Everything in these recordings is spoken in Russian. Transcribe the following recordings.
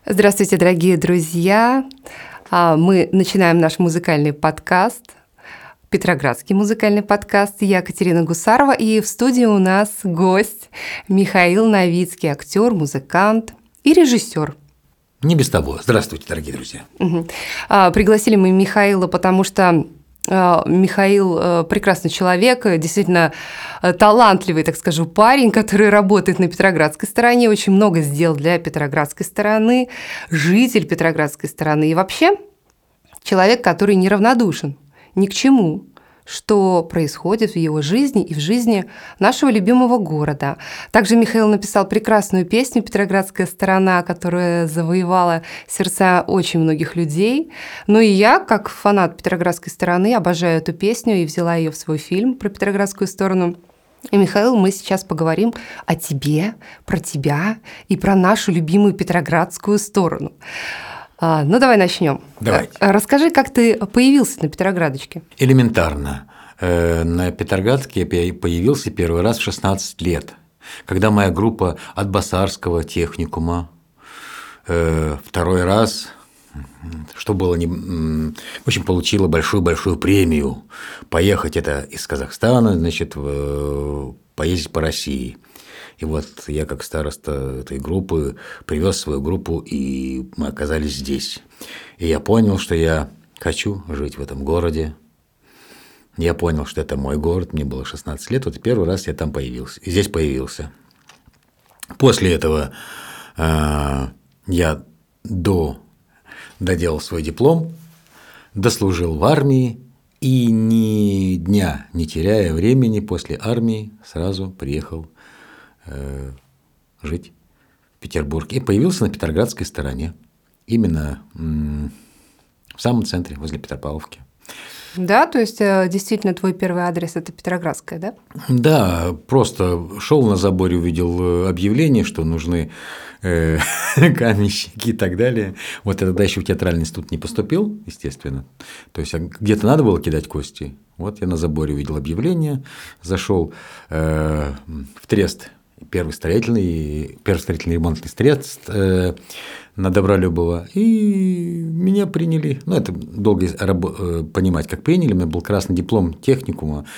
Здравствуйте, дорогие друзья! Мы начинаем наш музыкальный подкаст, Петроградский музыкальный подкаст. Я Катерина Гусарова, и в студии у нас гость Михаил Новицкий, актер, музыкант и режиссер. Не без того. Здравствуйте, дорогие друзья. Пригласили мы Михаила, потому что Михаил прекрасный человек, действительно талантливый, так скажу, парень, который работает на Петроградской стороне, очень много сделал для Петроградской стороны, житель Петроградской стороны и вообще человек, который неравнодушен ни к чему, что происходит в его жизни и в жизни нашего любимого города. Также Михаил написал прекрасную песню «Петроградская сторона», которая завоевала сердца очень многих людей. Ну и я, как фанат Петроградской стороны, обожаю эту песню и взяла ее в свой фильм про Петроградскую сторону. И, Михаил, мы сейчас поговорим о тебе, про тебя и про нашу любимую Петроградскую сторону. Ну, давай начнем. Давайте. Расскажи, как ты появился на Петроградочке. Элементарно. На Петроградке я появился первый раз в 16 лет, когда моя группа от Басарского техникума, второй раз, что было в общем, получила большую-большую премию поехать это из Казахстана, значит, поездить по России. И вот я, как староста этой группы, привез свою группу, и мы оказались здесь. И я понял, что я хочу жить в этом городе. Я понял, что это мой город, мне было 16 лет, вот первый раз я там появился, и здесь появился. После этого я доделал свой диплом, дослужил в армии, и ни дня не теряя времени после армии сразу приехал жить в Петербург. И появился на Петроградской стороне, именно в самом центре, возле Петропавловки. Да, то есть действительно твой первый адрес – это Петроградская, да? Да, просто шел на заборе, увидел объявление, что нужны каменщики и так далее. Вот я тогда еще в театральный институт не поступил, естественно. То есть где-то надо было кидать кости. Вот я на заборе увидел объявление, зашел в Трест, первый строительный ремонтный трест на Добролюбова, и меня приняли. Ну, это долго понимать, как приняли. У меня был красный диплом техникума,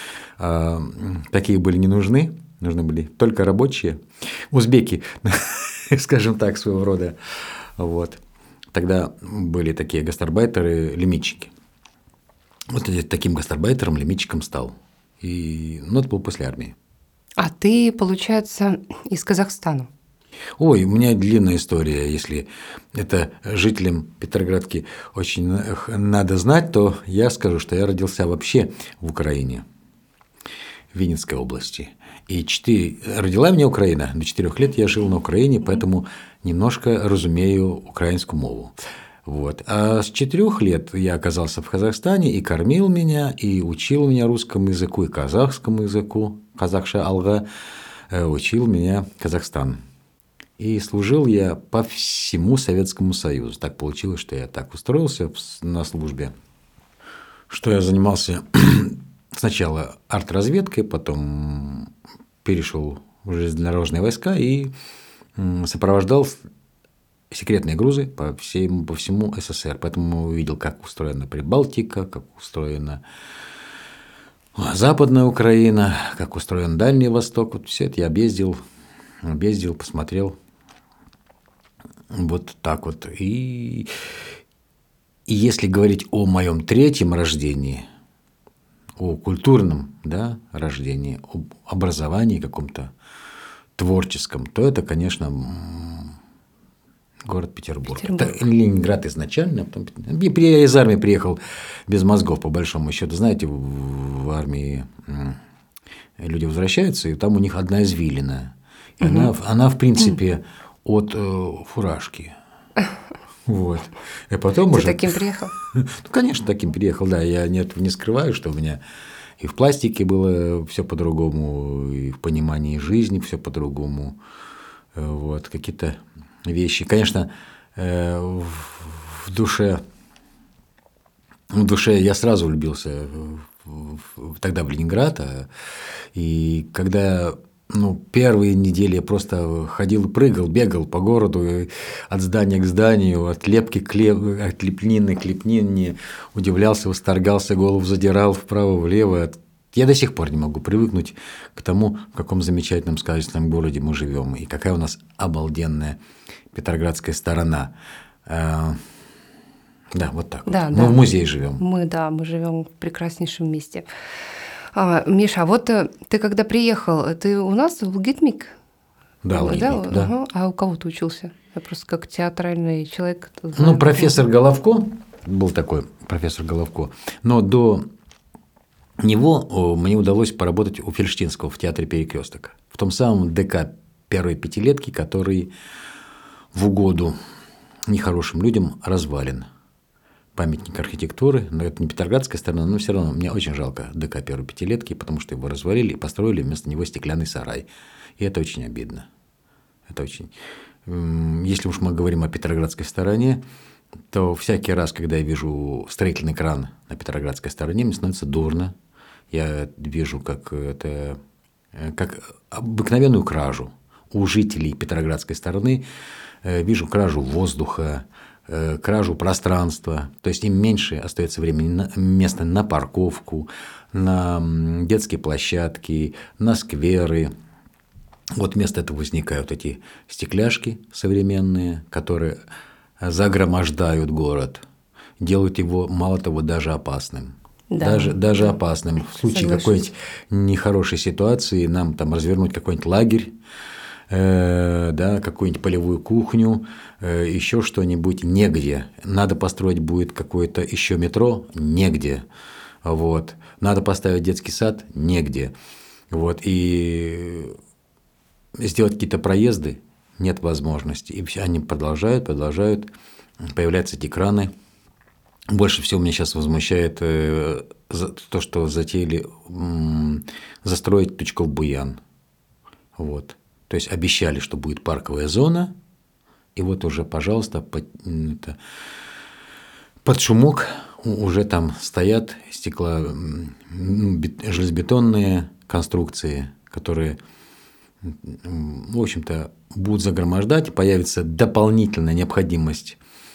такие были не нужны, нужны были только рабочие, узбеки, скажем так, своего рода. Вот. Тогда были такие гастарбайтеры, лимитчики. Вот я таким гастарбайтером, лимитчиком стал. И, это было после армии. А ты, получается, из Казахстана? Ой, у меня длинная история. Если это жителям Петроградки очень надо знать, то я скажу, что я родился вообще в Украине, в Винницкой области. И родила меня Украина. До 4 лет я жил на Украине, поэтому немножко разумею украинскую мову. Вот. А с 4 лет я оказался в Казахстане, и кормил меня, и учил меня русскому языку, и казахскому языку. Казахша алга учил меня Казахстан. И служил я по всему Советскому Союзу. Так получилось, что я так устроился на службе, что я занимался сначала арт-разведкой, потом перешел в железнодорожные войска и сопровождал секретные грузы по всему СССР. Поэтому увидел, как устроена Прибалтика, как устроена Западная Украина, как устроен Дальний Восток. Вот все это я объездил, посмотрел. Вот так вот. И если говорить о моем третьем рождении, о культурном, да, рождении, об образовании каком-то творческом, то это, конечно, город Петербург. Это Ленинград изначально. Потом... Я из армии приехал без мозгов, по большому счету. Знаете, в армии люди возвращаются, и там у них одна извилина. И она, в принципе, от фуражки. Вот. И потом Ты таким приехал? Ну, конечно, таким приехал, да. Я не скрываю, что у меня и в пластике было все по-другому, и в понимании жизни все по-другому. Вот. Какие-то вещи. Конечно, в душе я сразу влюбился тогда в Ленинград. И когда первые недели я просто ходил и прыгал, бегал по городу, и от здания к зданию, от лепнины к лепнине, удивлялся, восторгался, голову задирал вправо-влево. Я до сих пор не могу привыкнуть к тому, в каком замечательном сказочном городе мы живем, и какая у нас обалденная Петроградская сторона. Да, вот так Да, вот. да. Мы в музее живем. Мы живем в прекраснейшем месте. Миша, а вот ты когда приехал, ты у нас в ГИТМИК? Да, ЛГИТМИК, да. Ага. А у кого ты учился? Я просто как театральный человек. Знаю, профессор Головко, был такой профессор Головко, но до него мне удалось поработать у Фельштинского в театре «Перекресток», в том самом ДК первой пятилетки, который в угоду нехорошим людям развален. Памятник архитектуры, но это не Петроградская сторона, но все равно мне очень жалко ДК первой пятилетки, потому что его развалили и построили вместо него стеклянный сарай. И это очень обидно. Это очень... Если уж мы говорим о Петроградской стороне, то всякий раз, когда я вижу строительный кран на Петроградской стороне, мне становится дурно. Я вижу как обыкновенную кражу у жителей Петроградской стороны, вижу кражу воздуха, кражу пространства, то есть им меньше остается времени, места на парковку, на детские площадки, на скверы. Вот вместо этого возникают эти стекляшки современные, которые загромождают город, делают его, мало того, даже опасным. Да, даже опасным. В случае какой-нибудь нехорошей ситуации нам там развернуть какой-нибудь лагерь, какую-нибудь полевую кухню, еще что-нибудь, негде. Надо построить будет какое-то еще метро, негде. Вот. Надо поставить детский сад, негде. Вот. И сделать какие-то проезды нет возможности. И они продолжают, появляются эти краны. Больше всего меня сейчас возмущает то, что затеяли застроить Тучков-Буян. Вот. То есть обещали, что будет парковая зона, и вот уже, пожалуйста, под шумок уже там стоят железобетонные конструкции, которые, в общем-то, будут загромождать, появится дополнительная необходимость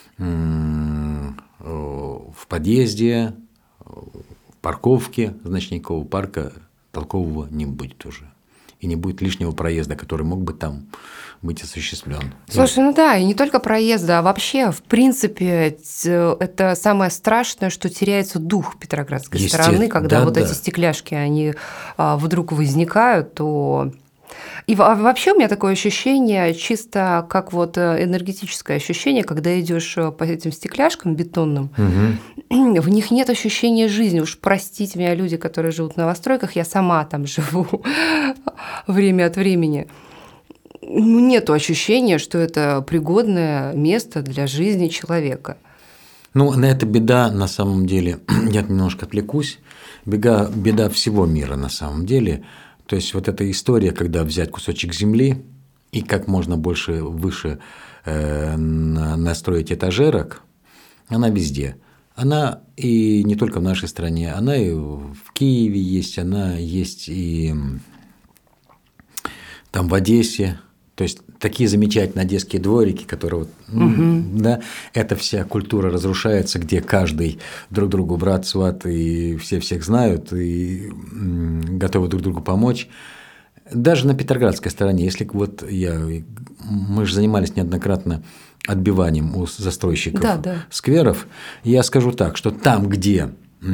в подъезде, в парковке, значит, никакого парка толкового не будет уже. И не будет лишнего проезда, который мог бы там быть осуществлен. Слушай, и не только проезда, а вообще, в принципе, это самое страшное, что теряется дух Петроградской стороны, когда эти стекляшки, они вдруг возникают, то... И вообще у меня такое ощущение, чисто как энергетическое ощущение, когда идешь по этим стекляшкам бетонным, в них нет ощущения жизни. Уж простите меня, люди, которые живут в новостройках, я сама там живу время от времени. Нет ощущения, что это пригодное место для жизни человека. На это беда на самом деле, я немножко отвлекусь, беда всего мира на самом деле. То есть вот эта история, когда взять кусочек земли и как можно выше настроить этажерок, она везде. Она и не только в нашей стране, она и в Киеве есть, она есть и там в Одессе. То есть такие замечательные одесские дворики, которые эта вся культура разрушается, где каждый друг другу брат, сват, и все всех знают, и готовы друг другу помочь. Даже на Петроградской стороне, если мы же занимались неоднократно отбиванием у застройщиков скверов, я скажу так, что там, где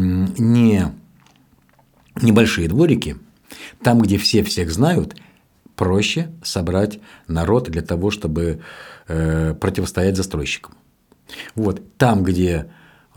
небольшие дворики, там, где все всех знают, проще собрать народ для того, чтобы противостоять застройщикам. Вот. Там, где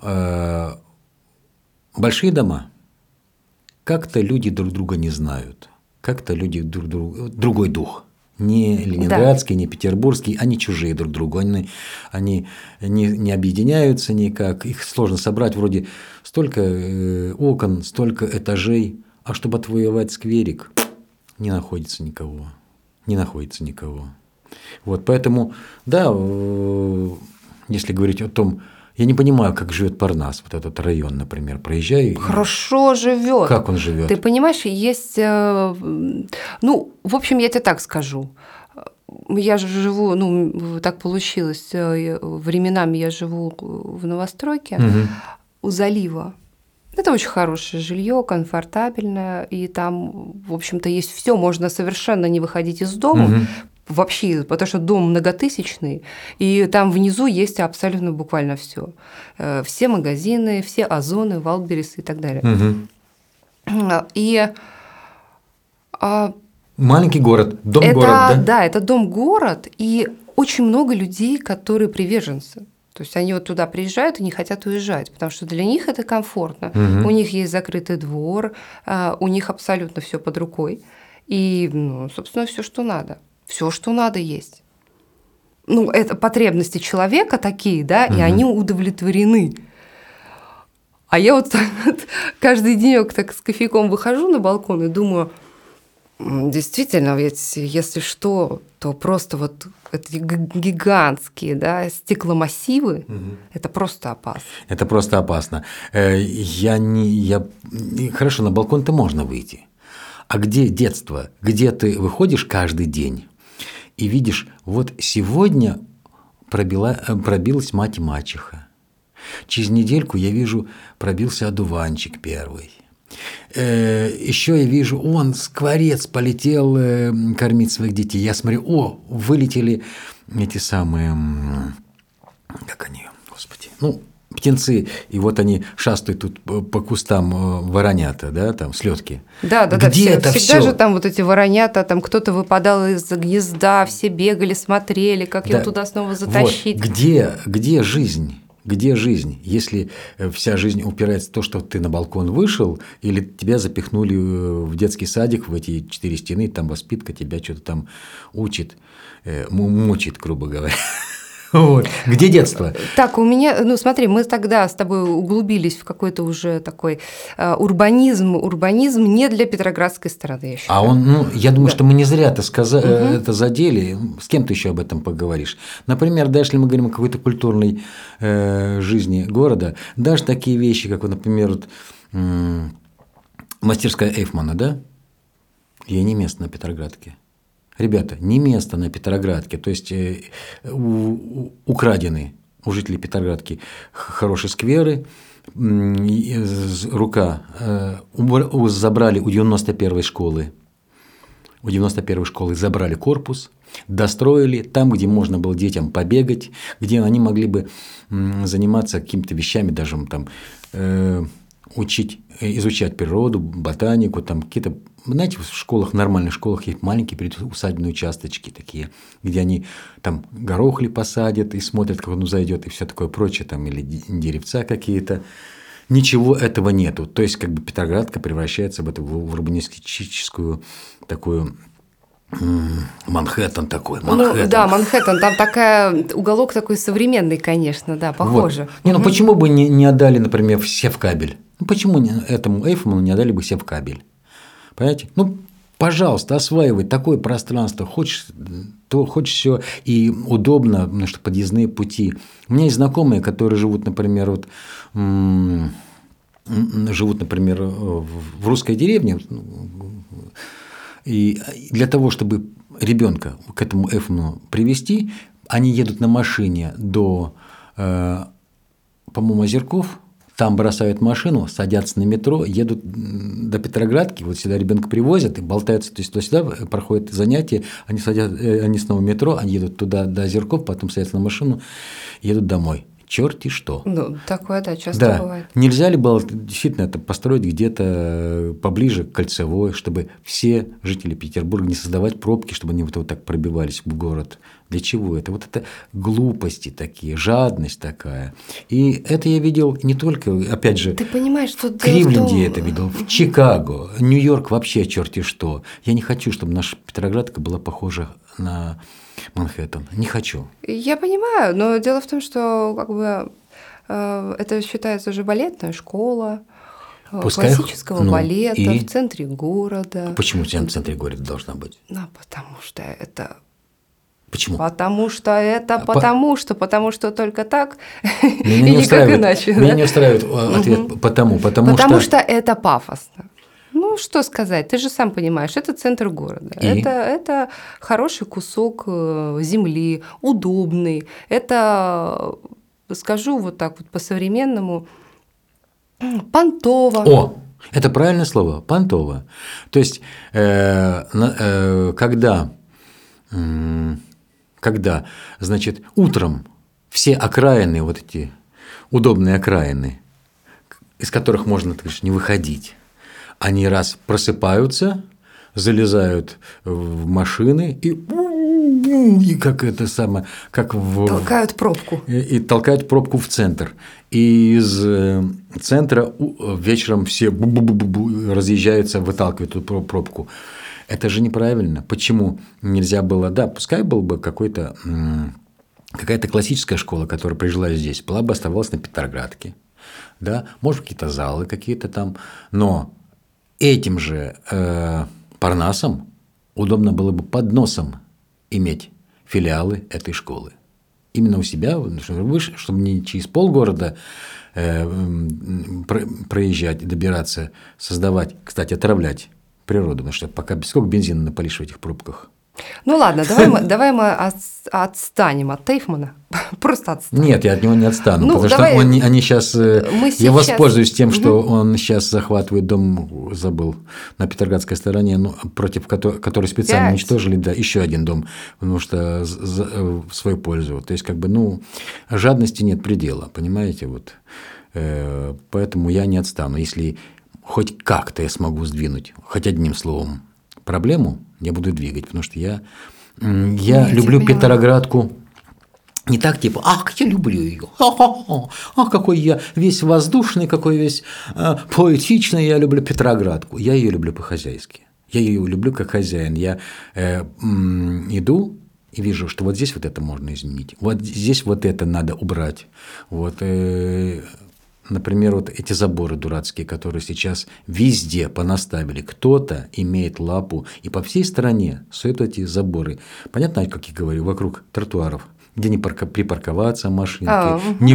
большие дома, как-то люди друг друга не знают. Как-то люди другой дух. Не ленинградский, не петербургский, они чужие друг другу. Они не объединяются никак. Их сложно собрать. Вроде столько окон, столько этажей. А чтобы отвоевать скверик, не находится никого. Не находится никого. Вот, поэтому, да, если говорить о том, я не понимаю, как живет Парнас, вот этот район, например, проезжаю. Хорошо живет. Как он живет? Ты понимаешь, есть, ну, в общем, я тебе так скажу. Я же живу, ну, так получилось, временами я живу в новостройке у залива. Это очень хорошее жилье, комфортабельное, и там, в общем-то, есть все, можно совершенно не выходить из дома, вообще, потому что дом многотысячный, и там внизу есть абсолютно буквально все. Все магазины, все Озоны, Вайлдберрис и так далее. И маленький город, дом-город, да? Да, это дом-город, и очень много людей, которые приверженцы. То есть они вот туда приезжают и не хотят уезжать, потому что для них это комфортно. У них есть закрытый двор, у них абсолютно все под рукой. И, ну, собственно, все, что надо. Все, что надо, есть. Ну, это потребности человека такие, да, и они удовлетворены. А я вот каждый денек так с кофейком выхожу на балкон и думаю, действительно, ведь если что, то просто вот эти гигантские, да, стекломассивы, это просто опасно. Это просто опасно. Хорошо, на балкон-то можно выйти. А где детство? Где ты выходишь каждый день и видишь, вот сегодня пробилась мать и мачеха. Через недельку я вижу, пробился одуванчик первый. Еще я вижу, скворец полетел кормить своих детей. Я смотрю, вылетели эти самые, как они, господи, птенцы, и вот они шастают тут по кустам, воронята, да, там, слетки. Да, всегда же там вот эти воронята, там кто-то выпадал из гнезда, все бегали, смотрели, как его туда снова затащить. Вот. Где жизнь? Где жизнь, если вся жизнь упирается в то, что ты на балкон вышел, или тебя запихнули в детский садик, в эти 4 стены, там воспитка тебя что-то там учит, мучит, грубо говоря. Вот. Где детство? Так, у меня, смотри, мы тогда с тобой углубились в какой-то уже такой урбанизм не для Петроградской стороны, я считаю. Я думаю, что мы не зря это задели. С кем ты еще об этом поговоришь? Например, даже если мы говорим о какой-то культурной жизни города, даже такие вещи, как, например, мастерская Эйфмана, да? Ей не место на Петроградке. Ребята, не место на Петроградке, то есть украдены у жителей Петроградки хорошие скверы, забрали у 91-й школы. У 91-й школы забрали корпус, достроили там, где можно было детям побегать, где они могли бы заниматься какими-то вещами, даже там изучать природу, ботанику, там какие-то, знаете, в школах, нормальных школах есть маленькие усадебные участочки такие, где они там горохли посадят и смотрят, как он зайдет, и все такое прочее, там, или деревца какие-то. Ничего этого нету. То есть, как бы Петроградка превращается в урбанистическую такую Манхэттен такой. Манхэттен, там уголок такой современный, конечно, да, похоже. Вот. Почему бы не отдали, например, все в кабель? Почему этому Эйфману не отдали бы все в кабель? Понимаете? Пожалуйста, осваивай такое пространство, хочешь все и удобно, потому что подъездные пути. У меня есть знакомые, которые живут, например, в русской деревне, и для того, чтобы ребенка к этому Эйфману привести, они едут на машине до, по-моему, Озерков, там бросают машину, садятся на метро, едут до Петроградки, вот сюда ребенка привозят и болтаются, то есть туда-сюда проходят занятия, они снова в метро, они едут туда до Озерков, потом садятся на машину, едут домой. Черти что. Такое, да, часто бывает. Нельзя ли было действительно это построить где-то поближе к Кольцевой, чтобы все жители Петербурга не создавать пробки, чтобы они вот так пробивались в город? Для чего это? Вот это глупости такие, жадность такая. И это я видел не только, опять же, ты понимаешь, что в Кливленде я это видел, в Чикаго, Нью-Йорк вообще черти что. Я не хочу, чтобы наша Петроградка была похожа на Манхэттен. Не хочу. Я понимаю, но дело в том, что это считается уже балетная школа, классического балета в центре города. Почему в центре города должна быть? Потому что это Почему? Потому что только так, Меня и не никак устраивает, иначе. меня Да? не устраивает ответ Потому что это пафосно. Ну, что сказать, ты же сам понимаешь, это центр города. Это хороший кусок земли, удобный. Это, скажу вот так вот по-современному, понтово. О, это правильное слово, понтово. То есть, когда, значит, утром все окраины, вот эти удобные окраины, из которых можно, так сказать, не выходить, они раз просыпаются, залезают в машины и как это самое, как толкают пробку. И толкают пробку в центр. И из центра вечером все разъезжаются, выталкивают эту пробку. Это же неправильно. Почему нельзя было? Да, пускай был бы какая-то классическая школа, которая прижилась здесь, была бы оставалась на Петроградке. Да? Может, какие-то залы какие-то там. Но этим же Парнасом удобно было бы под носом иметь филиалы этой школы. Именно у себя, чтобы не через полгорода проезжать, добираться, создавать, кстати, отравлять природу. Потому что пока сколько бензина напалишь в этих пробках. Ну ладно, давай мы отстанем от Тейфмана. Просто отстанем. Нет, я от него не отстану, потому что они сейчас... Я воспользуюсь тем, что он сейчас захватывает дом, забыл, на Петроградской стороне, против который специально уничтожили, да, еще один дом, потому что в свою пользу. То есть, жадности нет предела, понимаете? Вот. Поэтому я не отстану. Если хоть как-то я смогу сдвинуть, хоть одним словом, проблему, я буду двигать, потому что я люблю Петроградку не так, типа, ах, я люблю ее, ах, какой я весь воздушный, какой весь поэтичный, я люблю Петроградку. Я ее люблю по-хозяйски, я ее люблю как хозяин. Я иду и вижу, что вот здесь вот это можно изменить, вот здесь вот это надо убрать, вот. Например, вот эти заборы дурацкие, которые сейчас везде понаставили. Кто-то имеет лапу, и по всей стране суют эти заборы. Понятно, как я говорю, вокруг тротуаров, где не припарковаться машинки, не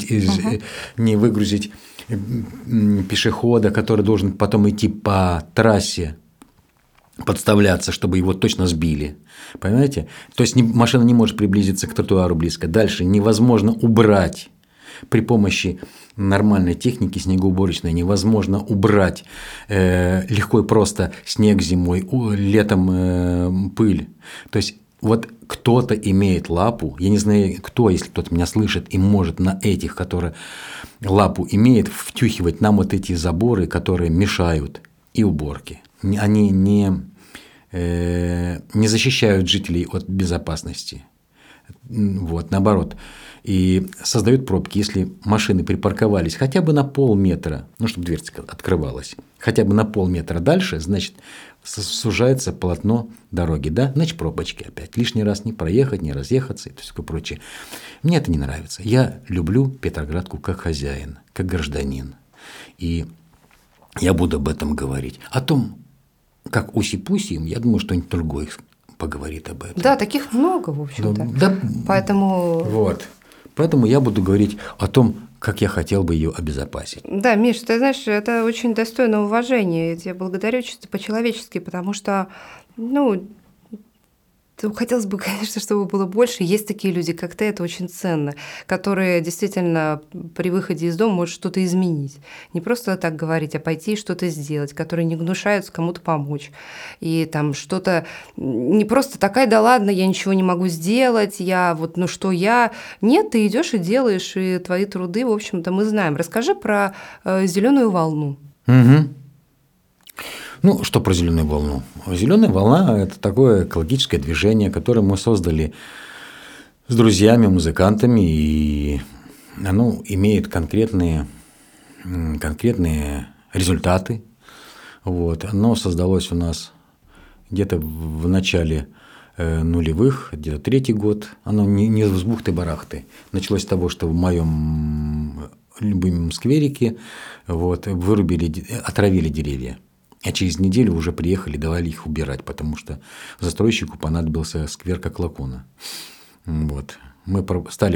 выгрузить пешехода, который должен потом идти по трассе, подставляться, чтобы его точно сбили. Понимаете? То есть машина не может приблизиться к тротуару близко. Дальше невозможно убрать. При помощи нормальной техники снегоуборочной невозможно убрать легко и просто снег зимой, летом пыль. То есть вот кто-то имеет лапу, я не знаю кто, если кто-то меня слышит и может на этих, которые лапу имеет, втюхивать нам вот эти заборы, которые мешают и уборке. Они не защищают жителей от безопасности. Вот, наоборот. И создают пробки, если машины припарковались хотя бы на полметра, чтобы дверца открывалась, хотя бы на полметра дальше, значит, сужается полотно дороги, да, значит, пробочки опять. Лишний раз не проехать, не разъехаться и все такое прочее. Мне это не нравится. Я люблю Петроградку как хозяин, как гражданин. И я буду об этом говорить. О том, как уси-пуси, я думаю, что-нибудь другое поговорит об этом. Да, таких много, в общем-то. Да, Поэтому я буду говорить о том, как я хотел бы ее обезопасить. Да, Миш, ты знаешь, это очень достойно уважения. Я тебя благодарю чисто по-человечески, потому что, хотелось бы, конечно, чтобы было больше. Есть такие люди, как ты, это очень ценно, которые действительно при выходе из дома могут что-то изменить. Не просто так говорить, а пойти и что-то сделать, которые не гнушаются кому-то помочь. И там что-то не просто такая, да ладно, я ничего не могу сделать, Нет, ты идешь и делаешь, и твои труды, в общем-то, мы знаем. Расскажи про зеленую волну. Угу. Что про зеленую волну? Зеленая волна – это такое экологическое движение, которое мы создали с друзьями, музыкантами, и оно имеет конкретные результаты. Вот. Оно создалось у нас где-то в начале нулевых, где-то 3-й год. Оно не с бухты-барахты. Началось с того, что в моем любимом скверике отравили деревья. А через неделю уже приехали, давали их убирать, потому что застройщику понадобился сквер как лакуна. Вот. Мы стали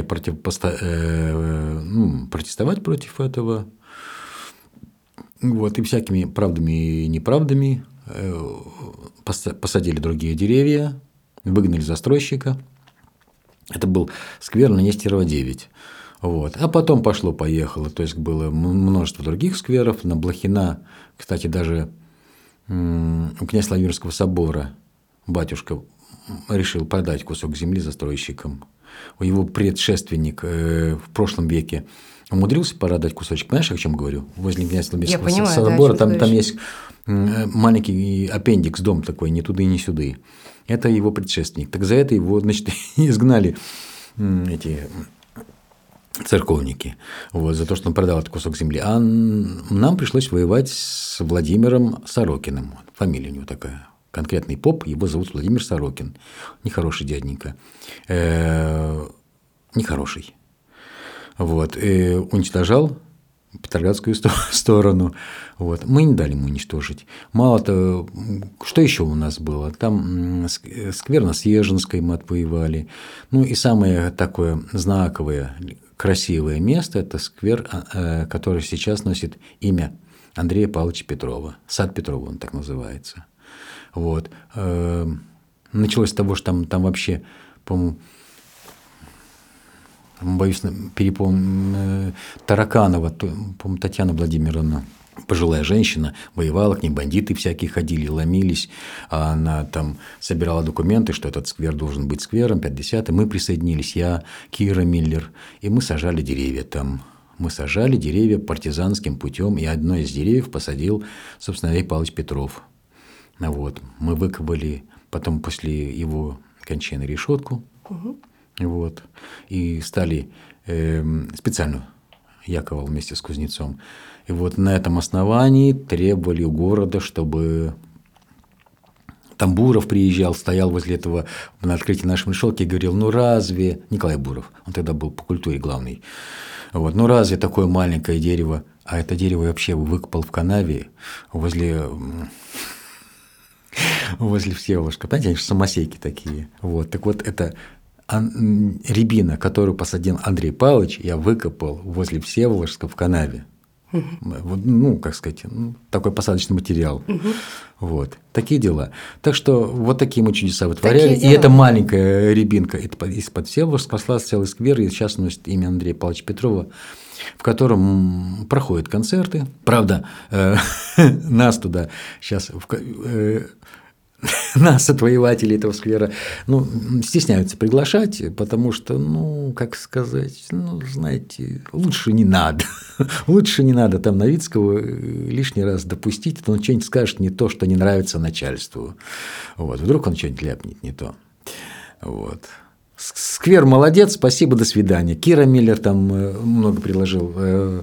протестовать против этого. Вот. И всякими правдами и неправдами посадили другие деревья, выгнали застройщика. Это был сквер на Нестерова 9. Вот. А потом пошло-поехало. То есть было множество других скверов. На Блохина, кстати, даже у князя Владимирского собора батюшка решил продать кусок земли застройщикам. Его предшественник в прошлом веке умудрился продать кусочек. Понимаешь, о чем говорю? Возле князя Владимирского собора там есть маленький аппендикс, дом такой, ни туды, ни сюды. Это его предшественник. Так за это его, значит, изгнали эти церковники, вот, за то, что он продал этот кусок земли. А нам пришлось воевать с Владимиром Сорокиным. Фамилия у него такая. Конкретный поп, его зовут Владимир Сорокин. Нехороший дяденька. Нехороший. Вот. Уничтожал Петроградскую сторону. Вот. Мы не дали ему уничтожить. Мало того, что еще у нас было? Там сквер на Съежинской мы отвоевали. Ну и самое такое знаковое, красивое место – это сквер, который сейчас носит имя Андрея Павловича Петрова. Сад Петрова он так называется. Вот. Началось с того, что там вообще, по-моему, боюсь, перепомню, Тараканова, по-моему, Татьяна Владимировна, пожилая женщина, воевала, к ней бандиты всякие ходили, ломились, а она там собирала документы, что этот сквер должен быть сквером, 50-й. Мы присоединились, я, Кира Миллер, и мы сажали деревья там. Мы сажали деревья партизанским путем, и одно из деревьев посадил, собственно, Андрей Павлович Петров. Вот. Мы выковали потом после его кончины решетку. Вот, и стали специально, я ковал вместе с кузнецом. И вот на этом основании требовали у города, чтобы там Буров приезжал, стоял возле этого на открытии нашей решетки и говорил, ну разве, Николай Буров, он тогда был по культуре главный, вот, ну разве такое маленькое дерево, а это дерево вообще выкопал в канаве возле Всеволожска, понимаете, они же самосейки такие, вот, так вот это рябина, которую посадил Андрей Павлович, я выкопал возле Всеволожска в канаве. Ну, как сказать, такой посадочный материал. Вот. Такие дела. Так что вот такие мы чудеса вытворяли. И эта маленькая рябинка из-под Всеволожска спасла целый сквер, и сейчас носит имя Андрея Павловича Петрова, в котором проходят концерты. Правда, нас туда сейчас... Нас, отвоевателей этого сквера, стесняются приглашать, потому что, как сказать, знаете, лучше не надо. Лучше не надо там Новицкого лишний раз допустить, то он что-нибудь скажет не то, что не нравится начальству. Вот. Вдруг он что-нибудь ляпнет не то. Вот. Сквер молодец, спасибо, до свидания. Кира Миллер там много приложил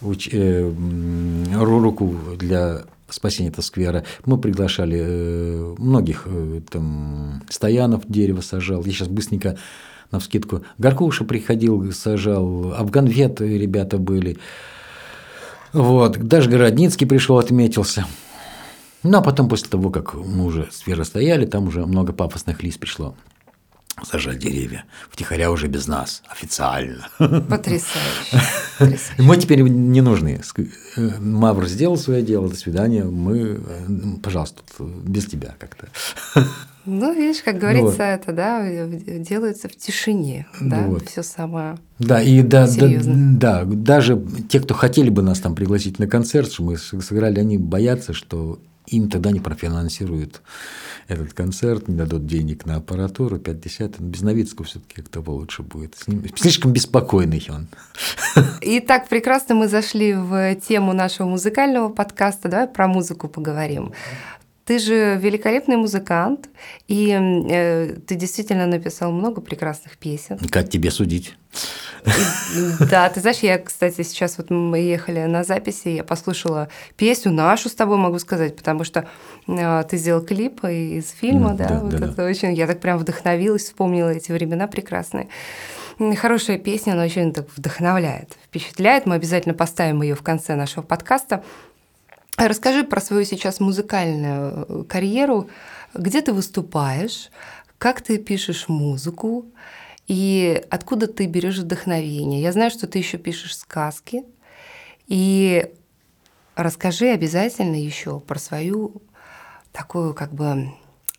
руку для спасения этого сквера. Мы приглашали многих, там, Стоянов дерево сажал. Я сейчас быстренько навскидку. Горкуша приходил, сажал. Афганвет ребята были. Вот. Даже Городницкий пришел, отметился. Ну, а потом, после того, как мы уже скверы стояли, там уже много пафосных лиц пришло сажать деревья. Втихаря уже без нас, официально. Потрясающе. Мы теперь не нужны. Мавр сделал свое дело, до свидания. Мы, пожалуйста, без тебя как-то. Ну, видишь, как говорится, это, да, делается в тишине, да, вот. Все самое. Да, и да, даже те, кто хотели бы нас там пригласить на концерт, что мы сыграли, они боятся, что им тогда не профинансируют этот концерт, не дадут денег на аппаратуру, 50. Без Новицкого все-таки как-то получше будет. С ним слишком беспокойный он. Итак, прекрасно мы зашли в тему нашего музыкального подкаста. Давай про музыку поговорим. Ты же великолепный музыкант, и ты действительно написал много прекрасных песен. Как тебе судить? Да, ты знаешь, я, кстати, сейчас вот мы ехали на записи, я послушала песню нашу с тобой, могу сказать, потому что ты сделал клип из фильма, да, вот это очень, я так прям вдохновилась, вспомнила эти времена прекрасные. Хорошая песня, она очень так вдохновляет, впечатляет. Мы обязательно поставим ее в конце нашего подкаста. Расскажи про свою сейчас музыкальную карьеру. Где ты выступаешь, как ты пишешь музыку и откуда ты берешь вдохновение? Я знаю, что ты еще пишешь сказки. И расскажи обязательно еще про свою такую, как бы,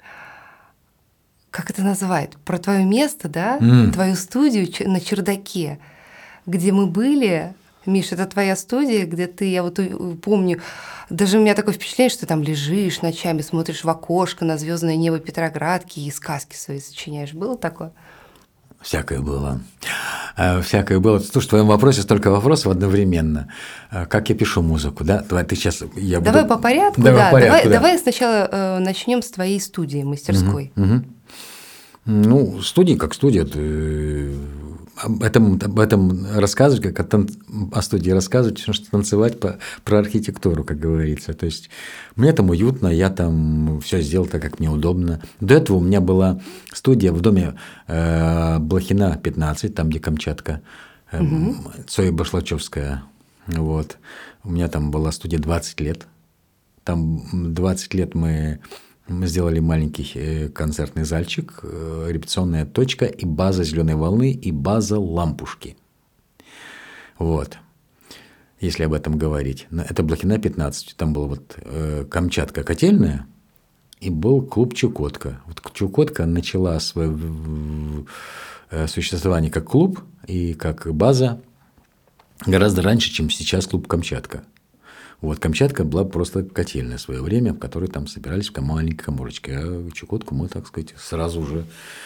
как это называют, про твое место, да, твою студию на чердаке, где мы были. Миш, это твоя студия, где ты, я вот помню, даже у меня такое впечатление, что ты там лежишь ночами, смотришь в окошко на звездное небо Петроградки и сказки свои сочиняешь. Было такое? Всякое было. Всякое было. Слушай, в твоем вопросе столько вопросов одновременно. Как я пишу музыку, да? Давай ты сейчас... Давай по порядку, да. Давай сначала начнем с твоей студии, мастерской. Ну, студия как студия. Об этом рассказывать, как о студии рассказывать, потому что танцевать про архитектуру, как говорится. То есть мне там уютно, я там все сделал так, как мне удобно. До этого у меня была студия в доме Блохина, 15, там, где Камчатка, Цоя Башлачевская. Вот. У меня там была студия 20 лет. Там 20 лет мы сделали маленький концертный зальчик, репетиционная точка и база «Зеленой волны» и база «Лампушки». Вот. Если об этом говорить. Это Блохина, 15. Там была вот Камчатка котельная и был клуб «Чукотка». Вот «Чукотка» начала свое существование как клуб и как база гораздо раньше, чем сейчас клуб «Камчатка». Вот, Камчатка была просто котельная в свое время, в которой там собирались в маленькой коморочке. А Чукотку мы, так сказать, сразу же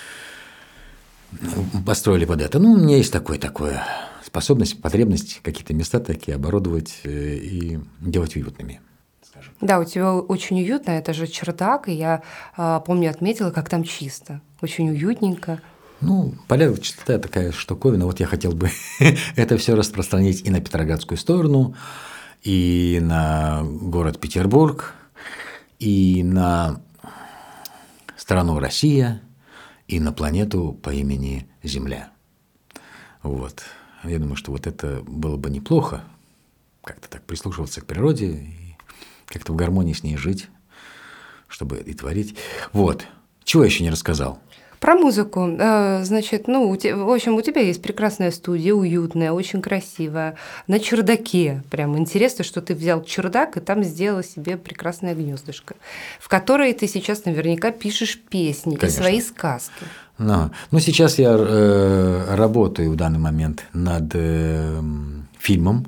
построили под это. Ну, у меня есть такая способность, потребность какие-то места такие оборудовать и делать уютными. Скажем. Да, у тебя очень уютно, это же чердак, и я, помню, отметила, как там чисто, очень уютненько. Ну, порядок, чистота такая штуковина. Вот я хотел бы это все распространить и на Петроградскую сторону, и на город Петербург, и на страну Россия, и на планету по имени Земля. Вот. Я думаю, что вот это было бы неплохо, как-то так прислушиваться к природе и как-то в гармонии с ней жить, чтобы и творить. Вот. Чего я еще не рассказал? Про музыку. Значит, в общем, у тебя есть прекрасная студия, уютная, очень красивая, на чердаке. Прям интересно, что ты взял чердак и там сделал себе прекрасное гнездышко, в которое ты сейчас наверняка пишешь песни. Конечно. И свои сказки. Ну, сейчас я работаю в данный момент над фильмом.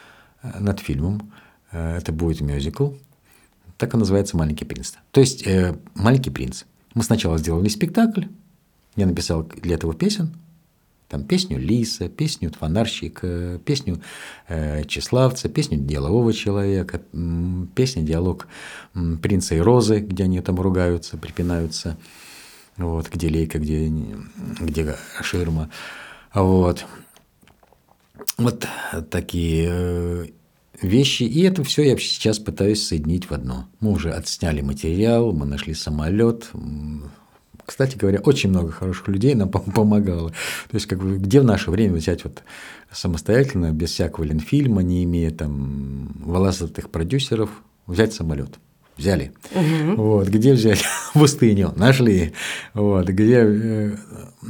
Это будет мюзикл. Так и называется «Маленький принц». То есть «Маленький принц». Мы сначала сделали спектакль, я написал для этого песен, там песню Лиса, песню Фонарщика, песню Тщеславца, песню Делового человека, песня «Диалог принца и розы», где они там ругаются, припинаются, вот, где лейка, где ширма. Вот такие вещи. И это все я сейчас пытаюсь соединить в одно. Мы уже отсняли материал, мы нашли самолет. Кстати говоря, очень много хороших людей нам помогало. То есть, где в наше время взять вот самостоятельно, без всякого Ленфильма, не имея там волосатых продюсеров, взять самолет. Взяли. Угу. Вот, где взять? В пустыню. Нашли. Вот, где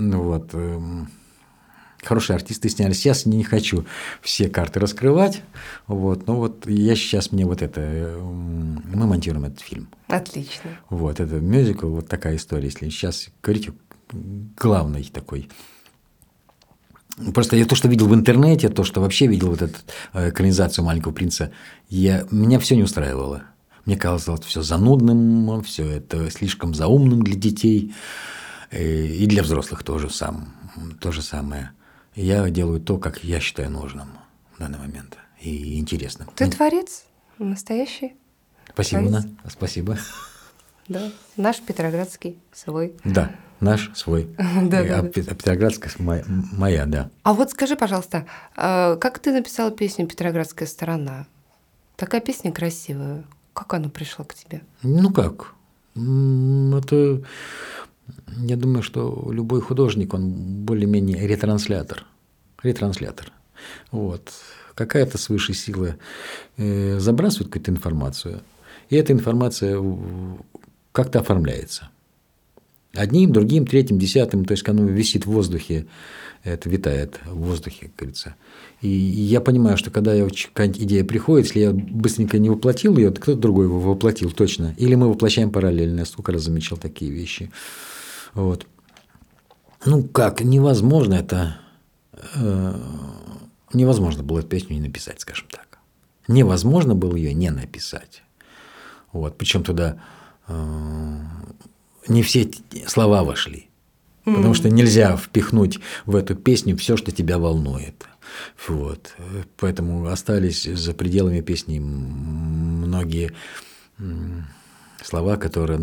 хорошие артисты снялись. Сейчас не хочу все карты раскрывать. Вот, но вот я сейчас мы монтируем этот фильм. Отлично. Вот, это мюзикл, вот такая история. Если сейчас говорить, главный такой. Просто я то, что видел в интернете, то, что вообще видел вот эту экранизацию «Маленького принца», меня все не устраивало. Мне казалось все занудным, все это слишком заумным для детей. И для взрослых то же самое. Я делаю то, как я считаю нужным в данный момент и интересным. Ты творец настоящий. Спасибо, Нина. Спасибо. Да, наш петроградский свой. Да, наш свой. А Петроградская моя, да. А вот скажи, пожалуйста, как ты написала песню «Петроградская сторона»? Такая песня красивая. Как она пришла к тебе? Ну как? Это... Я думаю, что любой художник, он более-менее ретранслятор. Вот. Какая-то свыше сила забрасывает какую-то информацию, и эта информация как-то оформляется. Одним, другим, третьим, десятым, то есть оно висит в воздухе, это витает в воздухе, как говорится. И я понимаю, что когда какая-нибудь идея приходит, если я быстренько не воплотил ее, то кто-то другой его воплотил точно. Или мы воплощаем параллельно. Я столько раз замечал такие вещи. Вот. Ну как, невозможно это... невозможно было эту песню не написать, скажем так. Невозможно было ее не написать. Вот. Причем туда не все слова вошли. Потому что нельзя впихнуть в эту песню все, что тебя волнует. Вот. Поэтому остались за пределами песни многие слова, которые,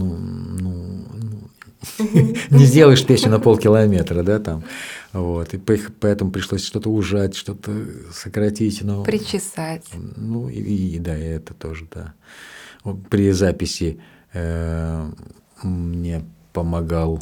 не сделаешь песню на полкилометра, да, там. Вот. И поэтому пришлось что-то ужать, что-то сократить. Причесать. Да, и это тоже, да. При записи мне помогал...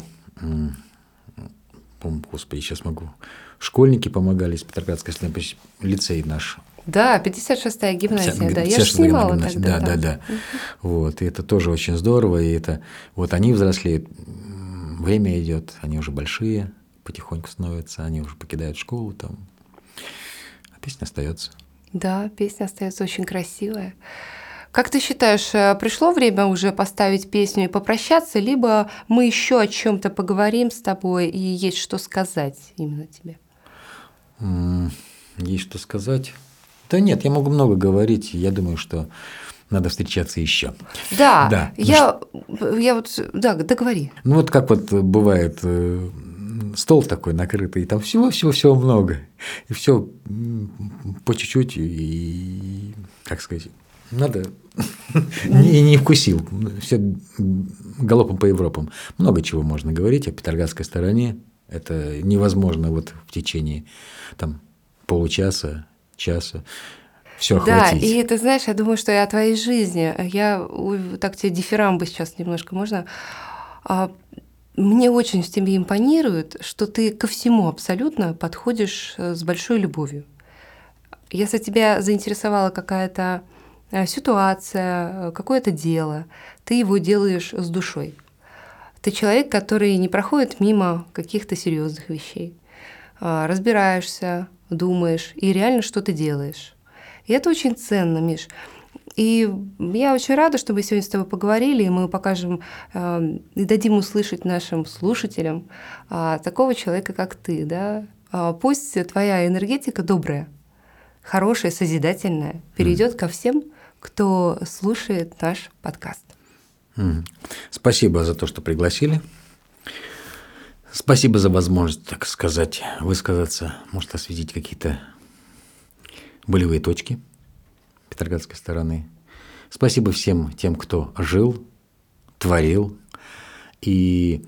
Господи, сейчас могу. Школьники помогали из Петроградской лицей наш. Да, 56-я гимназия, да. Я же снимала тогда. Да. Вот, и это тоже очень здорово. И это вот они взрослеют, время идет, они уже большие, потихоньку становятся, они уже покидают школу там. А песня остается. Да, песня остается очень красивая. Как ты считаешь, пришло время уже поставить песню и попрощаться, либо мы еще о чем-то поговорим с тобой и есть что сказать именно тебе? Есть что сказать? Да нет, я могу много говорить. Я думаю, что надо встречаться еще. Да. Договори. Ну вот как вот бывает стол такой накрытый, и там всего-всего-всего много. И все по чуть-чуть, и, как сказать, надо и не вкусил. Все галопом по Европам. Много чего можно говорить о Петроградской стороне. Это невозможно вот в течение там, получаса, часа все охватить. Да, и ты знаешь, я думаю, что и о твоей жизни. Я так тебе дифирамбы сейчас немножко можно. Мне очень в тебе импонирует, что ты ко всему абсолютно подходишь с большой любовью. Если тебя заинтересовала какая-то ситуация, какое-то дело, ты его делаешь с душой. Ты человек, который не проходит мимо каких-то серьезных вещей. Разбираешься, думаешь и реально что-то делаешь. И это очень ценно, Миш. И я очень рада, что мы сегодня с тобой поговорили, и мы покажем и дадим услышать нашим слушателям такого человека, как ты. Да? Пусть твоя энергетика добрая, хорошая, созидательная перейдет ко всем, кто слушает наш подкаст. Спасибо за то, что пригласили. Спасибо за возможность, так сказать, высказаться, может, осветить какие-то болевые точки Петроградской стороны. Спасибо всем тем, кто жил, творил. И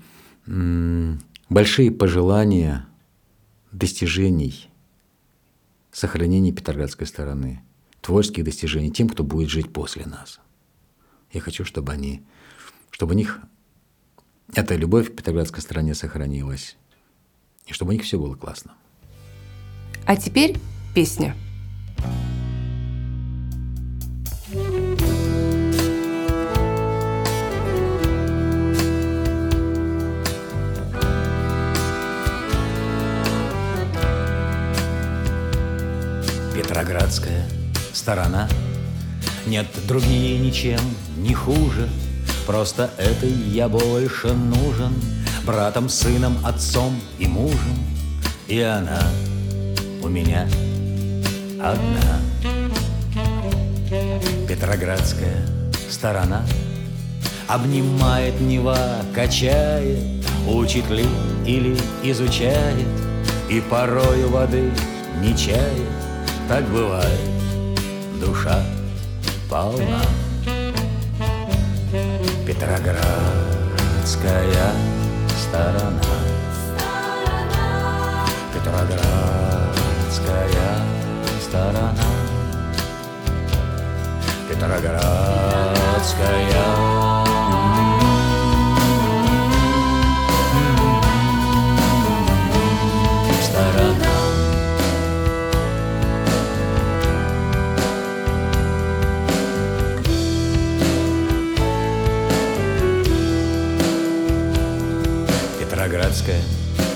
большие пожелания достижений, сохранения Петроградской стороны, творческих достижений тем, кто будет жить после нас. Я хочу, чтобы у них эта любовь к Петроградской стороне сохранилась, и чтобы у них все было классно. А теперь песня. Петроградская сторона, нет, другие ничем не хуже. Просто этой я больше нужен, братом, сыном, отцом и мужем. И она у меня одна. Петроградская сторона обнимает Нева, качает, учит ли или изучает, и порою воды не чает. Так бывает, душа полна. Петроградская сторона, Петроградская сторона, Петроградская сторона.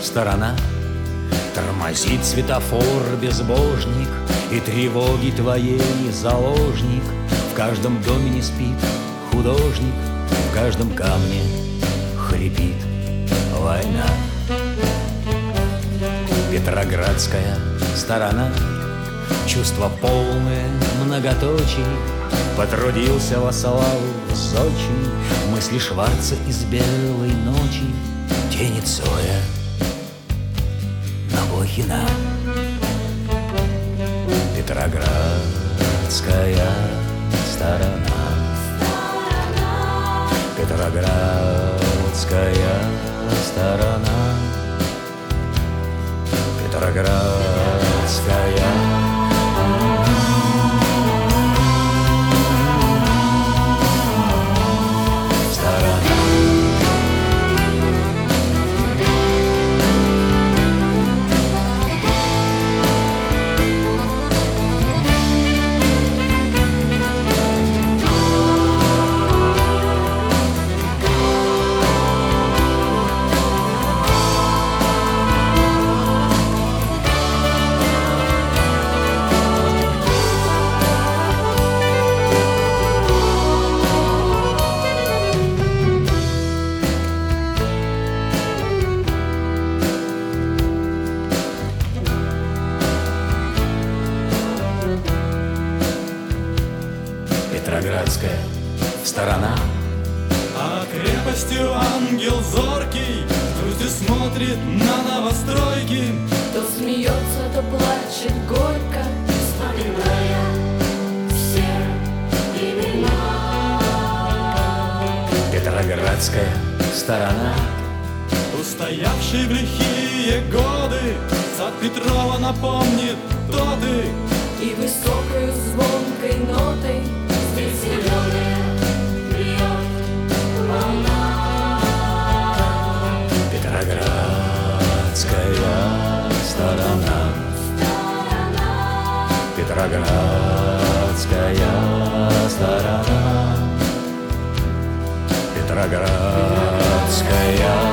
сторона. Тормозит светофор безбожник, и тревоги твоей заложник. В каждом доме не спит художник, в каждом камне хрипит война. Петроградская сторона, чувство полное многоточий. Потрудился во славу Сочи, мысли Шварца из белой ночи. Тени Цоя на Блохина. Петроградская сторона, Петроградская сторона, Петроградская. Петроградская сторона. А крепостью ангел зоркий в грусти смотрит на новостройки. То смеется, то плачет горько, вспоминая все имена. Петроградская сторона. Устоявший в лихие годы сад Петрова напомнит тоты. И высокой звонкой нотой здесь зеленая бьет волна. Петроградская сторона, Петроградская сторона, Петроградская